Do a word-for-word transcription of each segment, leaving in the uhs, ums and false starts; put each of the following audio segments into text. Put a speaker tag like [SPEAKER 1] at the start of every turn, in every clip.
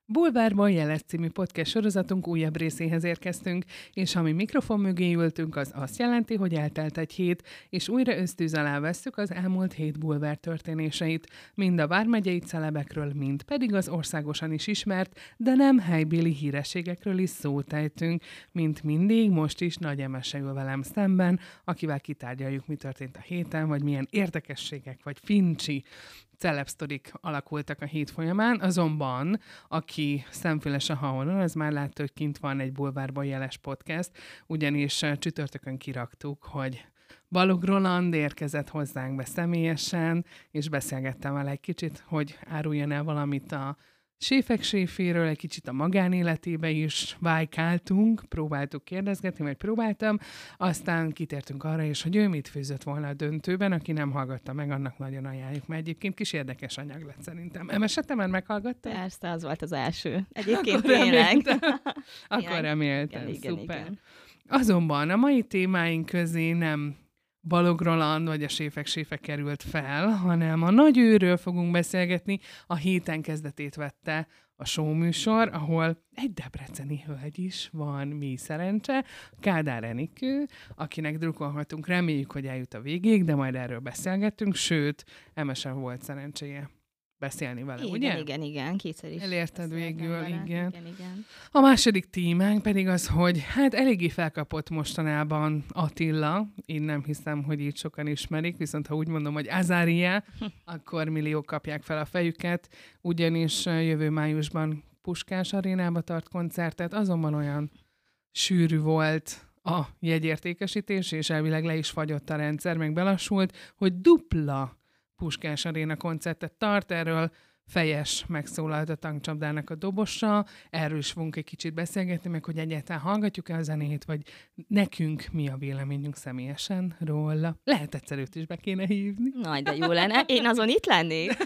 [SPEAKER 1] Bulvárban jeles című podcast sorozatunk újabb részéhez érkeztünk, és ami mikrofon mögé ültünk, az azt jelenti, hogy eltelt egy hét, és újra ösztűz alá vesszük az elmúlt hét bulvár történéseit, mind a vármegyei celebekről, mind pedig az országosan is ismert, de nem helybéli hírességekről is szót ejtünk, mint mindig, most is Nagy Emese ül velem szemben, akivel kitárgyaljuk, mi történt a héten, vagy milyen érdekességek, vagy fincsi celebsztorik alakultak a hét folyamán, azonban, aki szemfüles a hallón, az már látta, hogy kint van egy bulvárban jeles podcast, ugyanis csütörtökön kiraktuk, hogy Balogh Roland érkezett hozzánk be személyesen, és beszélgettem vele egy kicsit, hogy áruljon el valamit a séfek séféről, egy kicsit a magánéletébe is vájkáltunk, próbáltuk kérdezgetni, vagy próbáltam, aztán kitértünk arra is, hogy ő mit főzött volna a döntőben, aki nem hallgatta meg, annak nagyon ajánljuk, mert egyébként kis érdekes anyag lett szerintem. Emese, te már meghallgattad?
[SPEAKER 2] Persze, az volt az első. Egyébként
[SPEAKER 1] Akkor
[SPEAKER 2] tényleg.
[SPEAKER 1] reméltem. Akkor reméltem,
[SPEAKER 2] igen,
[SPEAKER 1] szuper.
[SPEAKER 2] igen.
[SPEAKER 1] Azonban a mai témáink közé nem Balogh Roland vagy a séfek séfe került fel, hanem a nagy őről fogunk beszélgetni. A héten kezdetét vette a show műsor, ahol egy debreceni hölgy is van, mi szerencse, Kádár Enikő, akinek drukkolhatunk, reméljük, hogy eljut a végéig, de majd erről beszélgettünk, sőt, Emese volt szerencséje beszélni vele,
[SPEAKER 2] Igen,
[SPEAKER 1] ugye?
[SPEAKER 2] igen, igen, kétszer is.
[SPEAKER 1] Elérted végül,
[SPEAKER 2] vele.
[SPEAKER 1] igen.
[SPEAKER 2] igen, igen.
[SPEAKER 1] A második témánk pedig az, hogy hát eléggé felkapott mostanában Attila, én nem hiszem, hogy így sokan ismerik, viszont ha úgy mondom, hogy Azária, akkor milliók kapják fel a fejüket, ugyanis jövő májusban Puskás Arénába tart koncertet, azonban olyan sűrű volt a jegyértékesítés, és elvileg le is fagyott a rendszer, meg belassult, hogy dupla Puskás Aréna koncertet tart, erről Fejes megszólalt a Tankcsapdának a dobosa, erről is fogunk egy kicsit beszélgetni, meg hogy egyáltalán hallgatjuk-e a zenét, vagy nekünk mi a véleményünk személyesen róla. Lehet egyszer őt is be kéne hívni.
[SPEAKER 2] Nagy, de jó lenne. Én azon itt lennék.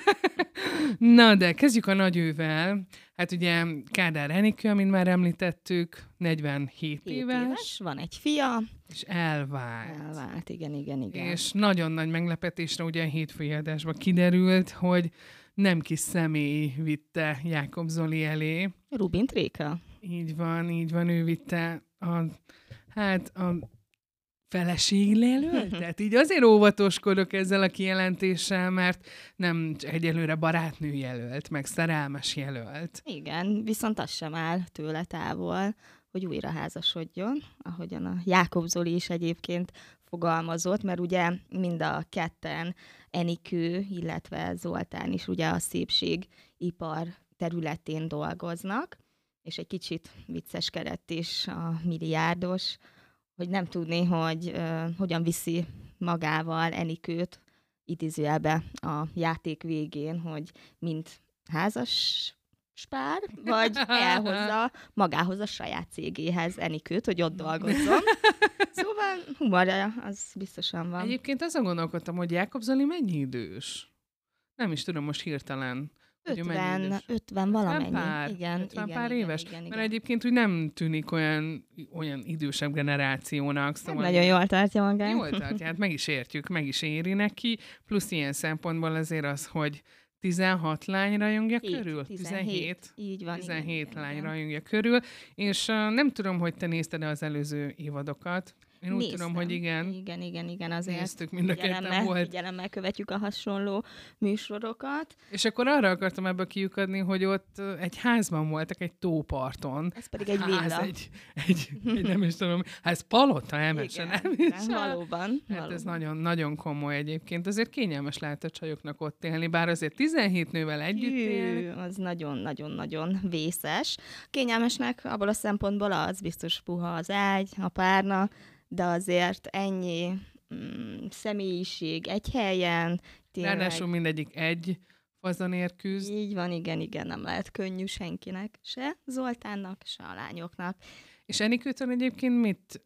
[SPEAKER 1] Na, de kezdjük a nagyővel. Hát ugye Kádár Enikő, amint már említettük, negyvenhét éves,
[SPEAKER 2] éves. Van egy fia.
[SPEAKER 1] és elvált.
[SPEAKER 2] Elvált, igen, igen, igen.
[SPEAKER 1] És nagyon nagy meglepetésre ugye a hétfői adásban kiderült, hogy nem kis személy vitte Jákob Zoli elé.
[SPEAKER 2] Rubin Tréka.
[SPEAKER 1] Így van, így van, ő vitte a, hát a feleség lelőltet. Így azért óvatoskodok ezzel a kijelentéssel, mert nem egyelőre barátnő jelölt, meg szerelmes jelölt.
[SPEAKER 2] Igen, viszont az sem áll tőle távol, hogy újra házasodjon, ahogyan a Jákob Zoli is egyébként fogalmazott, mert ugye mind a ketten, Enikő, illetve Zoltán is ugye a szépségipar területén dolgoznak, és egy kicsit vicceskedett is a milliárdos, hogy nem tudni, hogy uh, hogyan viszi magával Enikőt idézőjelbe a játék végén, hogy mint házas pár, vagy elhozza magához a saját cégéhez Enikőt, hogy ott dolgozzon. Szóval humorja, az biztosan van.
[SPEAKER 1] Egyébként azon gondolkodtam, hogy Jákob Zoli mennyi idős? Nem is tudom most hirtelen.
[SPEAKER 2] ötven, ötven valamennyi.
[SPEAKER 1] Pár,
[SPEAKER 2] igen,
[SPEAKER 1] ötven
[SPEAKER 2] igen,
[SPEAKER 1] pár
[SPEAKER 2] igen,
[SPEAKER 1] éves?
[SPEAKER 2] Igen, igen,
[SPEAKER 1] Mert
[SPEAKER 2] igen.
[SPEAKER 1] egyébként úgy nem tűnik olyan, olyan idősebb generációnak. Szóval
[SPEAKER 2] Nagyon jól tartja magát.
[SPEAKER 1] Jól tartja, hát meg is értjük, meg is éri neki. Plusz ilyen szempontból azért az, hogy tizenhat lány rajongja
[SPEAKER 2] Hét,
[SPEAKER 1] körül?
[SPEAKER 2] tizenhét. Így van.
[SPEAKER 1] tizenhét
[SPEAKER 2] igen,
[SPEAKER 1] lány
[SPEAKER 2] igen.
[SPEAKER 1] rajongja körül, és uh, nem tudom, hogy te nézted az előző évadokat. Én úgy
[SPEAKER 2] Néztem.
[SPEAKER 1] tudom, hogy igen.
[SPEAKER 2] Igen, igen, igen, azért.
[SPEAKER 1] Néztük, mind a ketten
[SPEAKER 2] figyelemmel,
[SPEAKER 1] volt.
[SPEAKER 2] figyelemmel követjük a hasonló műsorokat.
[SPEAKER 1] És akkor arra akartam ebből kiukadni, hogy ott uh, egy házban voltak, egy tóparton.
[SPEAKER 2] Ez pedig egy
[SPEAKER 1] Ház,
[SPEAKER 2] villa.
[SPEAKER 1] egy, egy, egy, nem is tudom, hát ez palota Emese,
[SPEAKER 2] Igen,
[SPEAKER 1] nem
[SPEAKER 2] igen,
[SPEAKER 1] is?
[SPEAKER 2] valóban.
[SPEAKER 1] Hát
[SPEAKER 2] valóban.
[SPEAKER 1] ez nagyon, nagyon komoly egyébként. Azért kényelmes lehet a csajoknak ott élni, bár azért tizenhét nővel együtt élni.
[SPEAKER 2] Hű, az nagyon-nagyon-nagyon vészes. Kényelmesnek abból a szempontból az biztos puha az ágy, a párna, de azért ennyi mm, személyiség egy helyen. Tényleg.
[SPEAKER 1] Ráadásul mindegyik egy fazonért küzd.
[SPEAKER 2] Így van, igen, igen, nem lehet könnyű senkinek, se Zoltánnak, se a lányoknak.
[SPEAKER 1] És Enikőtől egyébként mit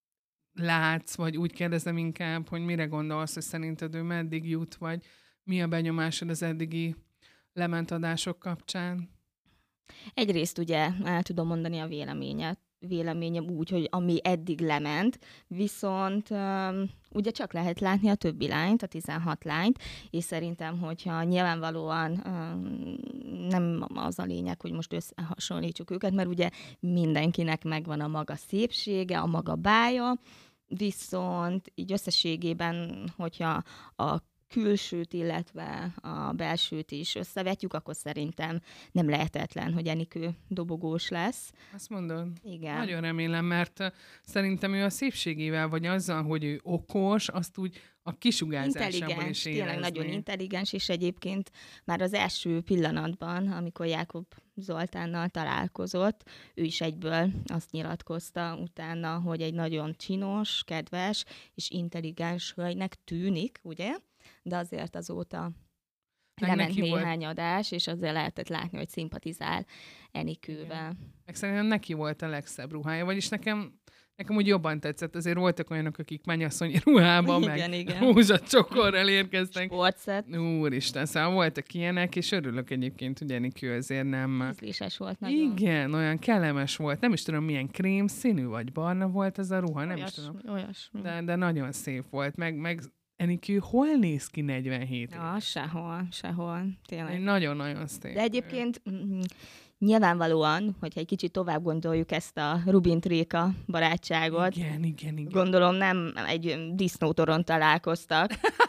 [SPEAKER 1] látsz, vagy úgy kérdezem inkább, hogy mire gondolsz, hogy szerinted ő meddig jut, vagy mi a benyomásod az eddigi lementadások kapcsán?
[SPEAKER 2] Egyrészt ugye el tudom mondani a véleményet, véleményem úgy, hogy ami eddig lement, viszont um, ugye csak lehet látni a többi lányt, a tizenhat lányt, és szerintem, hogyha nyilvánvalóan um, nem az a lényeg, hogy most összehasonlítsuk őket, mert ugye mindenkinek megvan a maga szépsége, a maga bája, viszont így összességében, hogyha a külsőt, illetve a belsőt is összevetjük, akkor szerintem nem lehetetlen, hogy Enikő dobogós lesz.
[SPEAKER 1] Azt mondod?
[SPEAKER 2] Igen.
[SPEAKER 1] Nagyon remélem, mert szerintem ő a szépségével, vagy azzal, hogy ő okos, azt úgy a kisugárzásából is érezni.
[SPEAKER 2] Tényleg nagyon intelligens, és egyébként már az első pillanatban, amikor Jákob Zoltánnal találkozott, ő is egyből azt nyilatkozta utána, hogy egy nagyon csinos, kedves és intelligens hölgynek tűnik, ugye? De azért azóta lement néhány volt... adás, és azért lehetett látni, hogy szimpatizál Enikővel.
[SPEAKER 1] Meg szerintem neki volt a legszebb ruhája, vagyis nekem, nekem úgy jobban tetszett. Azért voltak olyanok, akik mennyasszonyi ruhában, igen, meg igen. rózsacsokorral érkeztek.
[SPEAKER 2] Sportszett.
[SPEAKER 1] Úristen, szóval voltak ilyenek, és örülök egyébként, hogy Enikő azért nem...
[SPEAKER 2] Ízléses volt nagyon.
[SPEAKER 1] Igen, olyan kellemes volt. Nem is tudom, milyen krém színű vagy barna volt ez a ruha, nem
[SPEAKER 2] olyasmi,
[SPEAKER 1] is tudom.
[SPEAKER 2] Olyasmi.
[SPEAKER 1] De, de nagyon szép volt, meg... meg Enikő hol néz ki negyvenhét
[SPEAKER 2] ja, sehol, sehol, tényleg.
[SPEAKER 1] Nagyon-nagyon szép.
[SPEAKER 2] De egyébként mm, nyilvánvalóan, hogyha egy kicsit tovább gondoljuk ezt a Rubin-Tréka barátságot,
[SPEAKER 1] igen, igen, igen.
[SPEAKER 2] Gondolom nem egy disznótoron találkoztak.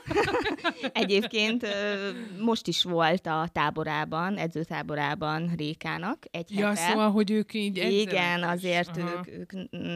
[SPEAKER 2] Egyébként most is volt a táborában, edzőtáborában Rékának egy hete.
[SPEAKER 1] Ja, szóval, hogy ők így
[SPEAKER 2] igen, azért ők, ők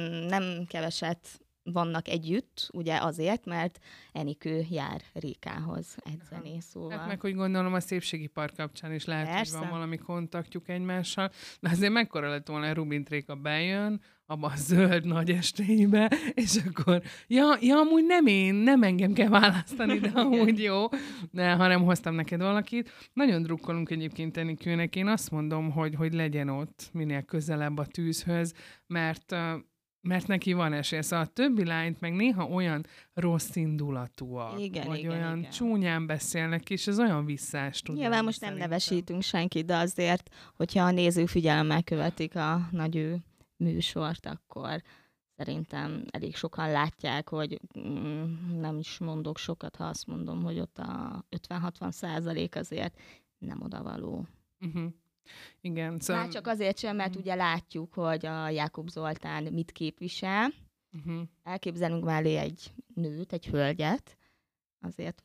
[SPEAKER 2] nem keveset vannak együtt, ugye azért, mert Enikő jár Rékához edzeni, szóval.
[SPEAKER 1] Hát meg, hogy gondolom a szépségipar kapcsán is lehet,
[SPEAKER 2] persze,
[SPEAKER 1] hogy van valami kontaktjuk egymással, de azért mekkora lett volna, Rubin-Tréka bejön, abba a zöld nagy estélybe, és akkor, ja, ja, amúgy nem én, nem engem kell választani, de amúgy jó, de hanem hoztam neked valakit. Nagyon drukkolunk egyébként Enikőnek, én azt mondom, hogy, hogy legyen ott minél közelebb a tűzhöz, mert mert neki van esély. Szóval a többi lányt meg néha olyan rossz indulatúak,
[SPEAKER 2] igen,
[SPEAKER 1] vagy
[SPEAKER 2] igen,
[SPEAKER 1] olyan
[SPEAKER 2] igen.
[SPEAKER 1] csúnyán beszélnek, és ez olyan visszás tud.
[SPEAKER 2] Nyilván most nem szerintem. Nevesítünk senkit, de azért, hogyha a nézők figyelemmel követik a nagy ő műsort, akkor szerintem elég sokan látják, hogy mm, nem is mondok sokat, ha azt mondom, hogy ott a ötven-hatvan százalék azért nem odavaló.
[SPEAKER 1] Uh-huh. Igen. Szóval...
[SPEAKER 2] Már csak azért sem, mert uh-huh. ugye látjuk, hogy a Jákob Zoltán mit képvisel. Uh-huh. Elképzelünk mellé egy nőt, egy hölgyet. Azért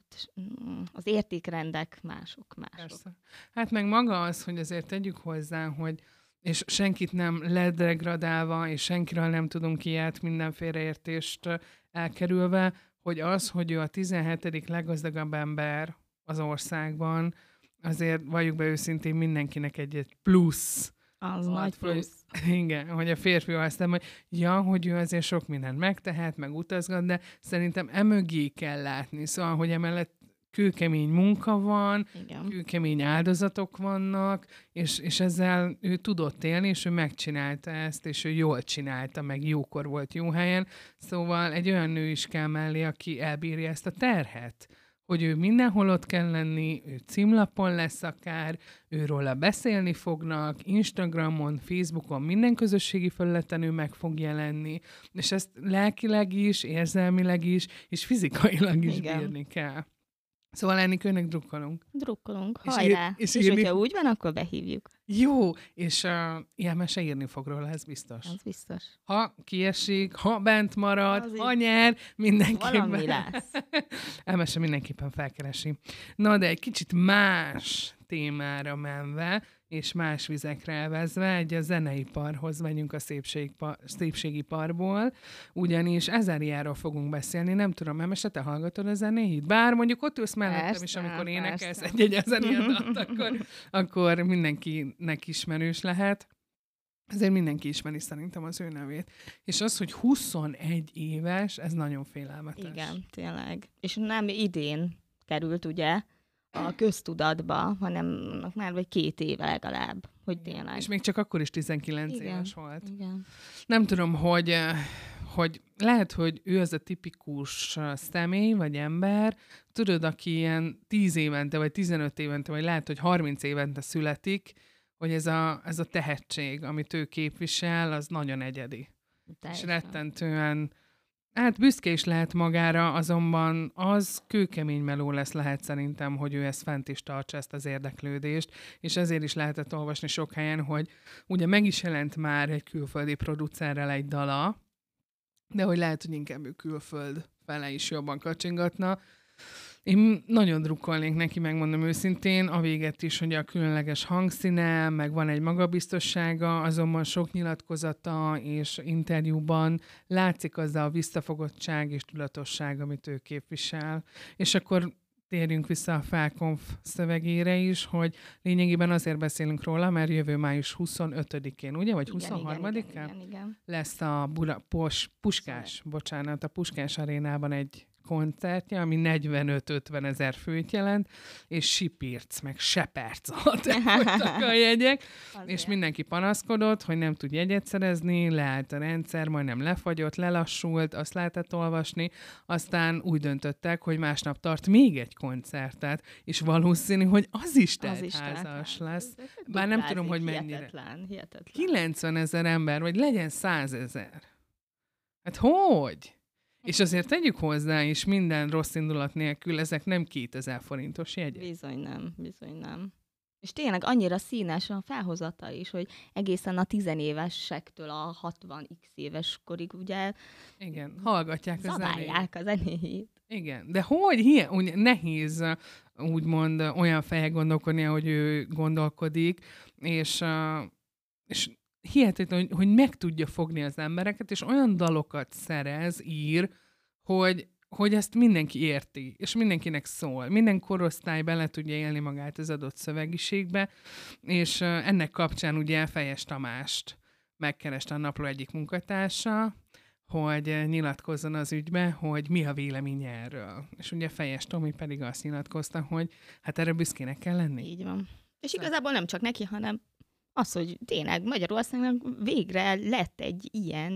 [SPEAKER 2] az értékrendek mások, mások.
[SPEAKER 1] Persze. Hát meg maga az, hogy azért tegyük hozzá, hogy és senkit nem ledegradálva, és senkiről nem tudunk ilyet, minden félreértést elkerülve, hogy az, hogy ő a tizenhetedik leggazdagabb ember az országban, azért valljuk be őszintén mindenkinek egy plusz.
[SPEAKER 2] Az nagy plusz.
[SPEAKER 1] Igen, hogy a férfi aztán, hogy ja, hogy ő azért sok mindent megtehet, meg utazgat, de szerintem emögé kell látni. Szóval, hogy emellett kőkemény munka van, igen. kőkemény áldozatok vannak, és, és ezzel ő tudott élni, és ő megcsinálta ezt, és ő jól csinálta, meg jókor volt jó helyen. Szóval egy olyan nő is kell mellé, aki elbírja ezt a terhet, hogy ő mindenhol ott kell lenni, ő címlapon lesz akár, őróla beszélni fognak, Instagramon, Facebookon, minden közösségi felületen ő meg fog jelenni, és ezt lelkileg is, érzelmileg is, és fizikailag is igen. bírni kell. Szóval Enikőnek drukkolunk.
[SPEAKER 2] Drukkolunk, hajrá! És, ír, és, és írni... hogyha úgy van, akkor behívjuk.
[SPEAKER 1] Jó, és uh, ilyen mese írni fog róla, ez biztos.
[SPEAKER 2] Ez biztos.
[SPEAKER 1] Ha kiesik, ha bent marad, az ha nyer, mindenképpen.
[SPEAKER 2] Valami lesz.
[SPEAKER 1] Elmese mindenképpen felkeresi. Na, de egy kicsit más témára menve, és más vizekre elvezve, egy a zeneiparhoz megyünk a szépségpa, szépségiparból, ugyanis Ezáriáról fogunk beszélni, nem tudom, Emese, te hallgatod a zenéit? Bár mondjuk ott ülsz mellettem persze, is, amikor énekelsz egy-egy Ezáriát, akkor, akkor mindenkinek ismerős lehet. Ezért mindenki ismeri szerintem az ő nevét. És az, hogy huszonegy éves, ez nagyon félelmetes.
[SPEAKER 2] Igen, tényleg. És nem idén került, ugye, a köztudatba, hanem már vagy két éve legalább, hogy tényleg.
[SPEAKER 1] És még csak akkor is tizenkilenc igen, éves volt.
[SPEAKER 2] Igen.
[SPEAKER 1] Nem tudom, hogy, hogy lehet, hogy ő az a tipikus személy, vagy ember, tudod, aki ilyen tíz évente, vagy tizenöt évente, vagy lehet, hogy harminc évente születik, hogy ez a, ez a tehetség, amit ő képvisel, az nagyon egyedi.
[SPEAKER 2] Teljesen.
[SPEAKER 1] És rettentően, hát büszke is lehet magára, azonban az kőkemény meló lesz lehet szerintem, hogy ő ezt fent is tartsa, ezt az érdeklődést, és ezért is lehetett olvasni sok helyen, hogy ugye meg is jelent már egy külföldi producerrel egy dala, de hogy lehet, hogy inkább ő külföld fele is jobban kacsingatna. Én nagyon drukkolnék neki, megmondom őszintén, a véget is, hogy a különleges hangszíne, meg van egy magabiztossága, azonban sok nyilatkozata és interjúban látszik az a visszafogottság és tudatosság, amit ő képvisel. És akkor térjünk vissza a Felkonf szövegére is, hogy lényegében azért beszélünk róla, mert jövő május huszonötödikén, ugye? Vagy
[SPEAKER 2] Igen,
[SPEAKER 1] huszonharmadikán?
[SPEAKER 2] Igen, igen, igen.
[SPEAKER 1] Lesz a Bula, Pos, Puskás, bocsánat, a Puskás arénában egy koncertje, ami negyvenöt-ötven ezer főt jelent, és sipírc, meg seperc alatt elfogytak a jegyek, és mindenki panaszkodott, hogy nem tud jegyet szerezni, leállt a rendszer, majdnem lefagyott, lelassult, azt lehetett olvasni, aztán úgy döntöttek, hogy másnap tart még egy koncertet, és valószínű, hogy az is teltházas lesz. Bár nem tudom, hogy mennyire.
[SPEAKER 2] Hihetetlen, hihetetlen.
[SPEAKER 1] kilencven ezer ember, vagy legyen száz ezer. Hát hogy? És azért tegyük hozzá is minden rossz indulat nélkül, ezek nem kétezer forintos jegyek.
[SPEAKER 2] Bizony nem, bizony nem. És tényleg annyira színes a felhozata is, hogy egészen a tizenévesektől a hatvan x éves korig ugye
[SPEAKER 1] Igen, hallgatják a zenét.
[SPEAKER 2] zabálják a zenéjét.
[SPEAKER 1] Igen, de hogy ilyen, úgy nehéz úgymond olyan fejjel gondolkodni, ahogy ő gondolkodik, és, uh, és hihetetlen, hogy, hogy meg tudja fogni az embereket, és olyan dalokat szerez, ír, hogy, hogy ezt mindenki érti, és mindenkinek szól. Minden korosztály bele tudja élni magát az adott szövegiségbe, és uh, ennek kapcsán ugye Fejes Tamást megkereste a Napló egyik munkatársa, hogy nyilatkozzon az ügybe, hogy mi a véleménye erről. És ugye Fejes Tomi pedig azt nyilatkozta, hogy hát erre büszkének kell lenni.
[SPEAKER 2] Így van. És igazából nem csak neki, hanem az, hogy tényleg Magyarországnak végre lett egy ilyen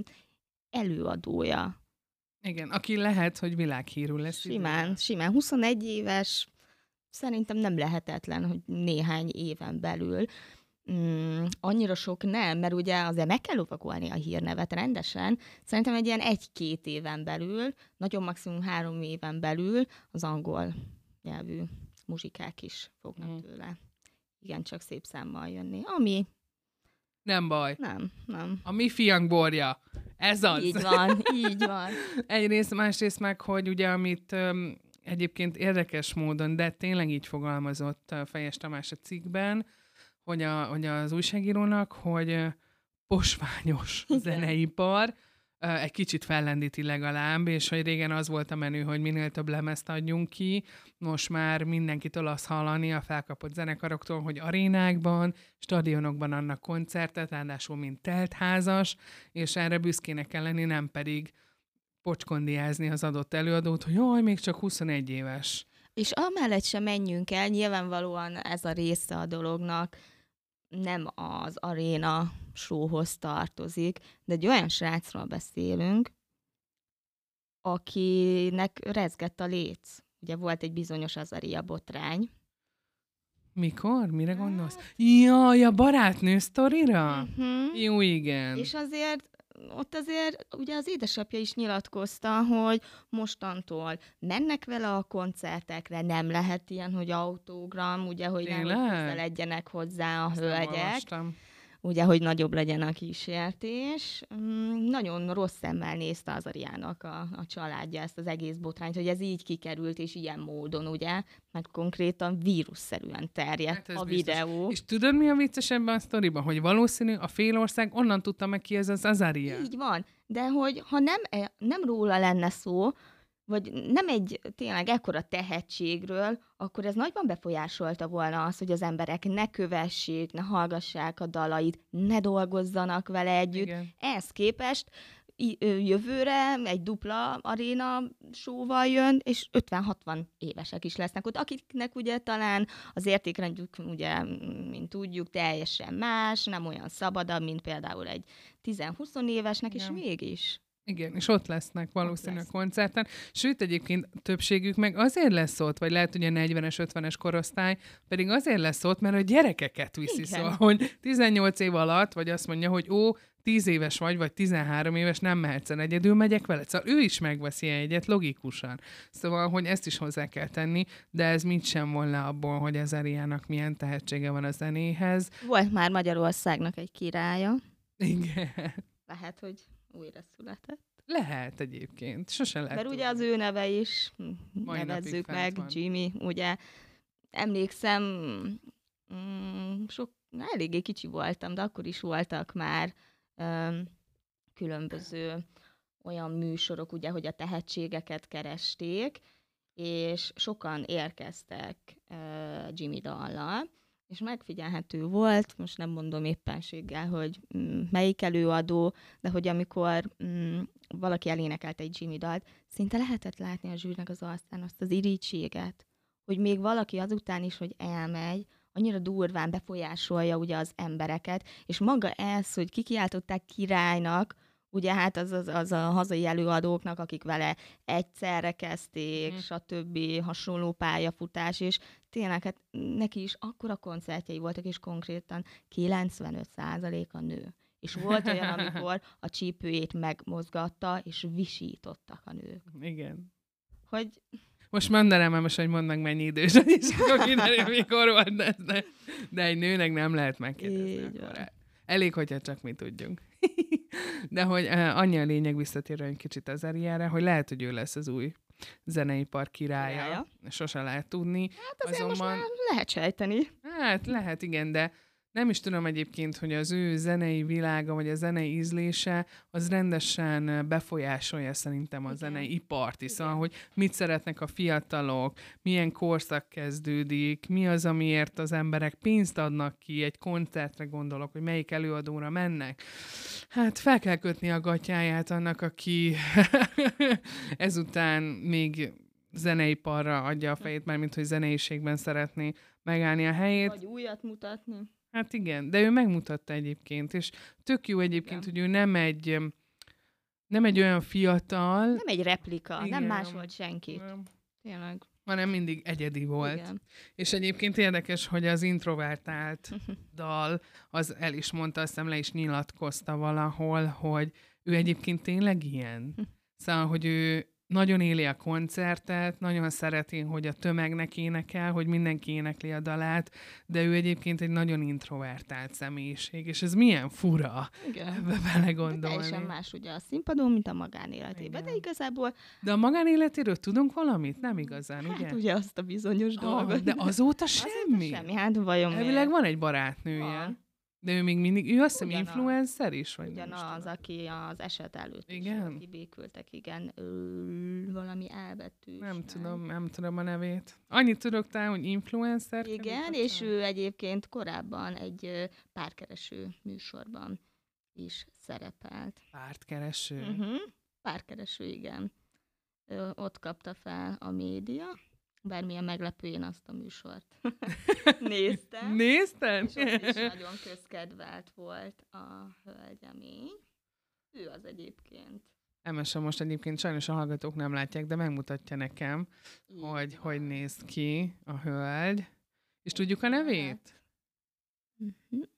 [SPEAKER 2] előadója.
[SPEAKER 1] Igen, aki lehet, hogy világhírű lesz.
[SPEAKER 2] Simán,
[SPEAKER 1] időben.
[SPEAKER 2] simán. huszonegy éves, szerintem nem lehetetlen, hogy néhány éven belül. Mm, annyira sok nem, mert ugye azért meg kell lovagolni a hírnevet rendesen. Szerintem egy ilyen egy-két éven belül, nagyon maximum három éven belül az angol nyelvű muzsikák is fognak mm. tőle. Igen, csak szép számmal jönni. Ami...
[SPEAKER 1] Nem baj.
[SPEAKER 2] Nem, nem.
[SPEAKER 1] A mi fiank borja. Ez az.
[SPEAKER 2] Így van, így van.
[SPEAKER 1] Egyrészt, másrészt meg, hogy ugye, amit um, egyébként érdekes módon, de tényleg így fogalmazott uh, Fejes Tamás a cikkben, hogy, a, hogy az újságírónak, hogy uh, posványos zeneipar, uh, egy kicsit fellendíti legalább, és hogy régen az volt a menü, hogy minél több lemezt adjunk ki, most már mindenkitől azt hallani a felkapott zenekaroktól, hogy arénákban, stadionokban annak koncertet, ráadásul mint teltházas, és erre büszkének kell lenni, nem pedig pocskondiázni az adott előadót, hogy jaj, még csak huszonegy éves.
[SPEAKER 2] És amellett sem menjünk el, nyilvánvalóan ez a része a dolognak nem az aréna showhoz tartozik, de egy olyan srácról beszélünk, akinek rezgett a léc. Ugye volt egy bizonyos Azaria botrány.
[SPEAKER 1] Mikor? Mire gondolsz? Jaj, a barátnő sztorira?
[SPEAKER 2] Uh-huh.
[SPEAKER 1] Jó, igen.
[SPEAKER 2] És azért ott azért ugye az édesapja is nyilatkozta, hogy mostantól mennek vele a koncertekre, nem lehet ilyen, hogy autógram, ugye, hogy nem közeledjenek hozzá a
[SPEAKER 1] Ezt
[SPEAKER 2] hölgyek. Ugye, hogy nagyobb legyen a kísértés. Mm, nagyon rossz szemmel nézte az Ariának a, a családja ezt az egész botrányt, hogy ez így kikerült, és ilyen módon, ugye, mert konkrétan vírusszerűen terjedt hát a videó.
[SPEAKER 1] Biztos. És tudod, mi a vicces ebben a sztoriban? Hogy valószínű a félország onnan tudta meg ki ez az Azaria.
[SPEAKER 2] Így van, de hogy ha nem, nem róla lenne szó, vagy nem egy tényleg ekkora tehetségről, akkor ez nagyban befolyásolta volna azt, hogy az emberek ne kövessék, ne hallgassák a dalait, ne dolgozzanak vele együtt. Igen. Ehhez képest jövőre egy dupla aréna show-val jön, és ötven-hatvan évesek is lesznek ott, akiknek ugye talán az értékrendjük, ugye, mint tudjuk, teljesen más, nem olyan szabadabb, mint például egy tíz-húsz évesnek, igen. És mégis.
[SPEAKER 1] Igen, és ott lesznek valószínűleg
[SPEAKER 2] lesz.
[SPEAKER 1] koncerten. Sőt, egyébként többségük meg azért lesz ott, vagy lehet, hogy a negyvenes, ötvenes korosztály, pedig azért lesz ott, mert a gyerekeket viszi.
[SPEAKER 2] Igen.
[SPEAKER 1] Szóval, hogy tizennyolc év alatt, vagy azt mondja, hogy ó, tíz éves vagy, vagy tizenhárom éves, nem mehetsz el, egyedül megyek veled. Szóval ő is megveszi egyet, logikusan. Szóval, hogy ezt is hozzá kell tenni, de ez mit sem volna abból, hogy Azariának milyen tehetsége van a zenéhez.
[SPEAKER 2] Volt már Magyarországnak egy királya.
[SPEAKER 1] Igen.
[SPEAKER 2] Lehet, hogy újra született.
[SPEAKER 1] Lehet egyébként. Sose lehet.
[SPEAKER 2] Mert ugye
[SPEAKER 1] tudni.
[SPEAKER 2] az ő neve is,
[SPEAKER 1] Mai
[SPEAKER 2] nevezzük
[SPEAKER 1] napig
[SPEAKER 2] meg,
[SPEAKER 1] fent van.
[SPEAKER 2] Jimmy, ugye emlékszem, mm, sok, eléggé kicsi voltam, de akkor is voltak már um, különböző olyan műsorok, ugye, hogy a tehetségeket keresték, és sokan érkeztek uh, Jimmy dallal, és megfigyelhető volt, most nem mondom éppenséggel, hogy mm, melyik előadó, de hogy amikor mm, valaki elénekelt egy Jimmy dalt, szinte lehetett látni a zsűrnek az arcán azt az irítséget, hogy még valaki azután is, hogy elmegy, annyira durván befolyásolja ugye az embereket, és maga ez, hogy kikiáltották királynak, ugye hát az, az, az a hazai előadóknak, akik vele egyszerre kezdték, mm. stb. Hasonló pályafutás, és tényleg hát neki is akkora koncertjei voltak, és konkrétan kilencvenöt százalék a nő. És volt olyan, amikor a csípőjét megmozgatta, és visítottak a nők.
[SPEAKER 1] Igen.
[SPEAKER 2] Hogy...
[SPEAKER 1] Most mondanám, mert most, hogy mondd meg, mennyi idős, és akkor kiderül, mikor volt, de, de, de egy nőnek nem lehet megkérdezni akkor. Elég, hogyha csak mi tudjunk. De hogy uh, annyi a lényeg, visszatérve egy kicsit az Azariára, hogy lehet, hogy ő lesz az új zeneipar királya. királya. Sose lehet tudni.
[SPEAKER 2] Hát azért
[SPEAKER 1] Azonban,
[SPEAKER 2] most már lehet sejteni.
[SPEAKER 1] Hát lehet, igen, de nem is tudom egyébként, hogy az ő zenei világa, vagy a zenei ízlése, az rendesen befolyásolja szerintem a igen. zenei ipart is. Szóval, hogy mit szeretnek a fiatalok, milyen korszak kezdődik, mi az, amiért az emberek pénzt adnak ki, egy koncertre gondolok, hogy melyik előadóra mennek. Hát fel kell kötni a gatyáját annak, aki ezután még zeneiparra adja a fejét, mármint hogy zeneiségben szeretné megállni a helyét.
[SPEAKER 2] Vagy újat mutatni.
[SPEAKER 1] Hát igen, de ő megmutatta egyébként, és tök jó egyébként, igen. hogy ő nem egy, nem egy olyan fiatal... Nem
[SPEAKER 2] egy replika, igen. nem másolt senkit. Nem. Tényleg.
[SPEAKER 1] Hanem mindig egyedi volt. Igen. És egyébként érdekes, hogy az introvertált dal, az el is mondta, azt hiszem le is nyilatkozta valahol, hogy ő egyébként tényleg ilyen. Szóval, hogy ő nagyon éli a koncertet, nagyon szereti, hogy a tömegnek énekel, hogy mindenki énekli a dalát, de ő egyébként egy nagyon introvertált személyiség, és ez milyen fura ebbe belegondolni. De
[SPEAKER 2] teljesen más ugye a színpadon, mint a magánéletében, de igazából...
[SPEAKER 1] De a magánéletéről tudunk valamit? Nem igazán,
[SPEAKER 2] hát,
[SPEAKER 1] ugye?
[SPEAKER 2] ugye azt a bizonyos oh, dolgot.
[SPEAKER 1] De azóta semmi?
[SPEAKER 2] Azóta semmi, hát vajon
[SPEAKER 1] elvileg van egy barátnője. Van. De ő még mindig, ő azt hiszem influencer is, vagy
[SPEAKER 2] ugyanaz, nem aki az eset előtt
[SPEAKER 1] igen?
[SPEAKER 2] is kibékültek, igen, ö, valami elbetűs.
[SPEAKER 1] Nem, nem tudom, nem tudom a nevét. Annyit tudok talán, hogy influencer.
[SPEAKER 2] Igen, és ő egyébként korábban egy párkereső műsorban is szerepelt.
[SPEAKER 1] Pártkereső?
[SPEAKER 2] Uh-huh. Párkereső, igen. Ö, ott kapta fel a média. Bármilyen meglepő, én azt a műsort néztem.
[SPEAKER 1] Nézted?
[SPEAKER 2] És ott is nagyon közkedvelt volt a hölgyemény. Ő az egyébként.
[SPEAKER 1] Emese most egyébként sajnos a hallgatók nem látják, de megmutatja nekem, így hogy van. Hogy néz ki a hölgy. És tudjuk a nevét? Uh-huh.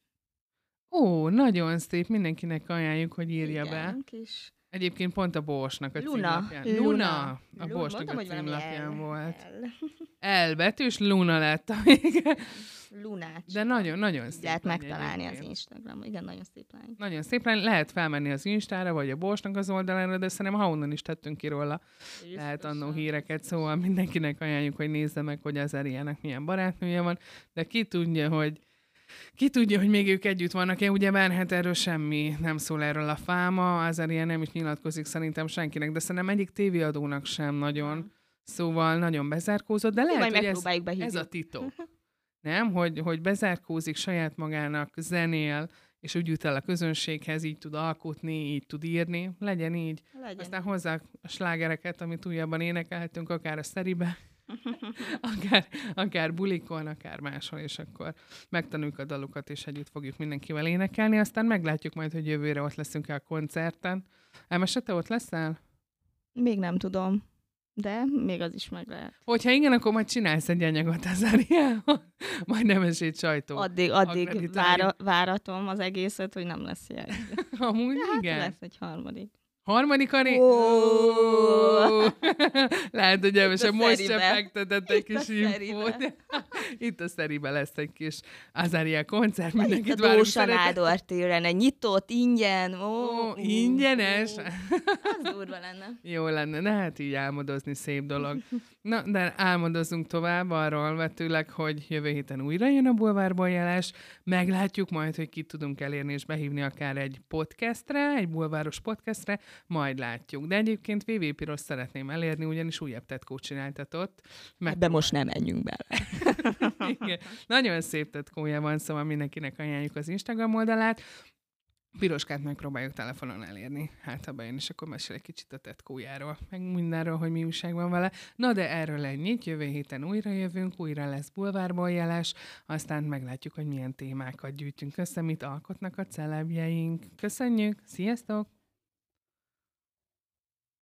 [SPEAKER 1] Ó, nagyon szép, mindenkinek ajánljuk, hogy írja
[SPEAKER 2] igen,
[SPEAKER 1] be.
[SPEAKER 2] Kis...
[SPEAKER 1] Egyébként pont a Borsnak a
[SPEAKER 2] Luna.
[SPEAKER 1] címlapján.
[SPEAKER 2] Luna.
[SPEAKER 1] Luna. A
[SPEAKER 2] Luna.
[SPEAKER 1] Borsnak
[SPEAKER 2] Mondtam,
[SPEAKER 1] a címlapján
[SPEAKER 2] el.
[SPEAKER 1] volt.
[SPEAKER 2] El.
[SPEAKER 1] L betűs, Luna lett.
[SPEAKER 2] Lunács.
[SPEAKER 1] De nagyon-nagyon szép.
[SPEAKER 2] Lehet megtalálni az Instagramon. Igen, nagyon szép lány.
[SPEAKER 1] Nagyon szép lány. Lehet felmenni az Instára, vagy a Borsnak az oldalára, de szerintem ha onnan is tettünk ki róla. Biztos lehet annó híreket, szóval mindenkinek ajánljuk, hogy nézze meg, hogy az Azariának milyen barátnője van, de ki tudja, hogy Ki tudja, hogy még ők együtt vannak-e, ugyebár hát erről semmi nem szól erről a fáma, Azariá nem is nyilatkozik szerintem senkinek, de szerintem egyik tévéadónak sem nagyon, szóval nagyon bezárkózott, de lehet, hogy ez, ez a titok. Nem? Hogy, hogy bezárkózik saját magának, zenél, és úgy jut el a közönséghez, így tud alkotni, így tud írni, legyen így. Legyen. Aztán hozzá a slágereket, amit újabban énekelhetünk, akár a szeribe. akár, akár bulikon, akár máshol, és akkor megtanuljuk a dalokat, és együtt fogjuk mindenkivel énekelni, aztán meglátjuk majd, hogy jövőre ott leszünk-e a koncerten. Elmese, te ott leszel?
[SPEAKER 2] Még nem tudom, de még az is meg lehet.
[SPEAKER 1] Hogyha igen, akkor majd csinálsz egy anyagot az Áriával, majd nem esít sajtó.
[SPEAKER 2] Addig, addig vára, váratom az egészet, hogy nem lesz ilyen.
[SPEAKER 1] Amúgy
[SPEAKER 2] de hát
[SPEAKER 1] igen.
[SPEAKER 2] lesz egy harmadik.
[SPEAKER 1] Harmadik Ari?
[SPEAKER 2] Oh!
[SPEAKER 1] Lehet, hogy elmesen most sem
[SPEAKER 2] szeribe.
[SPEAKER 1] fektetett egy
[SPEAKER 2] Itt a
[SPEAKER 1] kis infót.
[SPEAKER 2] szeribe.
[SPEAKER 1] Itt a szeribe lesz egy kis Azaria koncert.
[SPEAKER 2] Itt
[SPEAKER 1] Mindenkit
[SPEAKER 2] a
[SPEAKER 1] várunk
[SPEAKER 2] Dósa
[SPEAKER 1] szeretettel.
[SPEAKER 2] Nádor téren, egy nyitott, ingyen. Ó,
[SPEAKER 1] Ó,
[SPEAKER 2] ó,
[SPEAKER 1] ingyenes?
[SPEAKER 2] ó. Az durva lenne.
[SPEAKER 1] Jó lenne, ne hát így álmodozni szép dolog. Na, de álmodozzunk tovább arról vetőleg, hogy jövő héten újra jön a Bulvárból jeles. Meglátjuk majd, hogy kit tudunk elérni és behívni akár egy podcastre, egy bulváros podcastre, majd látjuk. De egyébként vé vé Piros szeretném elérni, ugyanis újabb tetkót csináltatott.
[SPEAKER 2] Ebbe most nem menjünk bele.
[SPEAKER 1] Igen. Nagyon szép tetkója van, szóval mindenkinek ajánljuk az Instagram oldalát. Piroskát megpróbáljuk telefonon elérni. Hát ha bejön, és akkor mesél egy kicsit a tetkójáról, meg mindenről, hogy mi újság van vele. Na de erről ennyit, jövő héten újra jövünk, újra lesz Bulvárból jeles, aztán meglátjuk, hogy milyen témákat gyűjtünk össze, mit alkotnak a celebjeink. Köszönjük, sziasztok!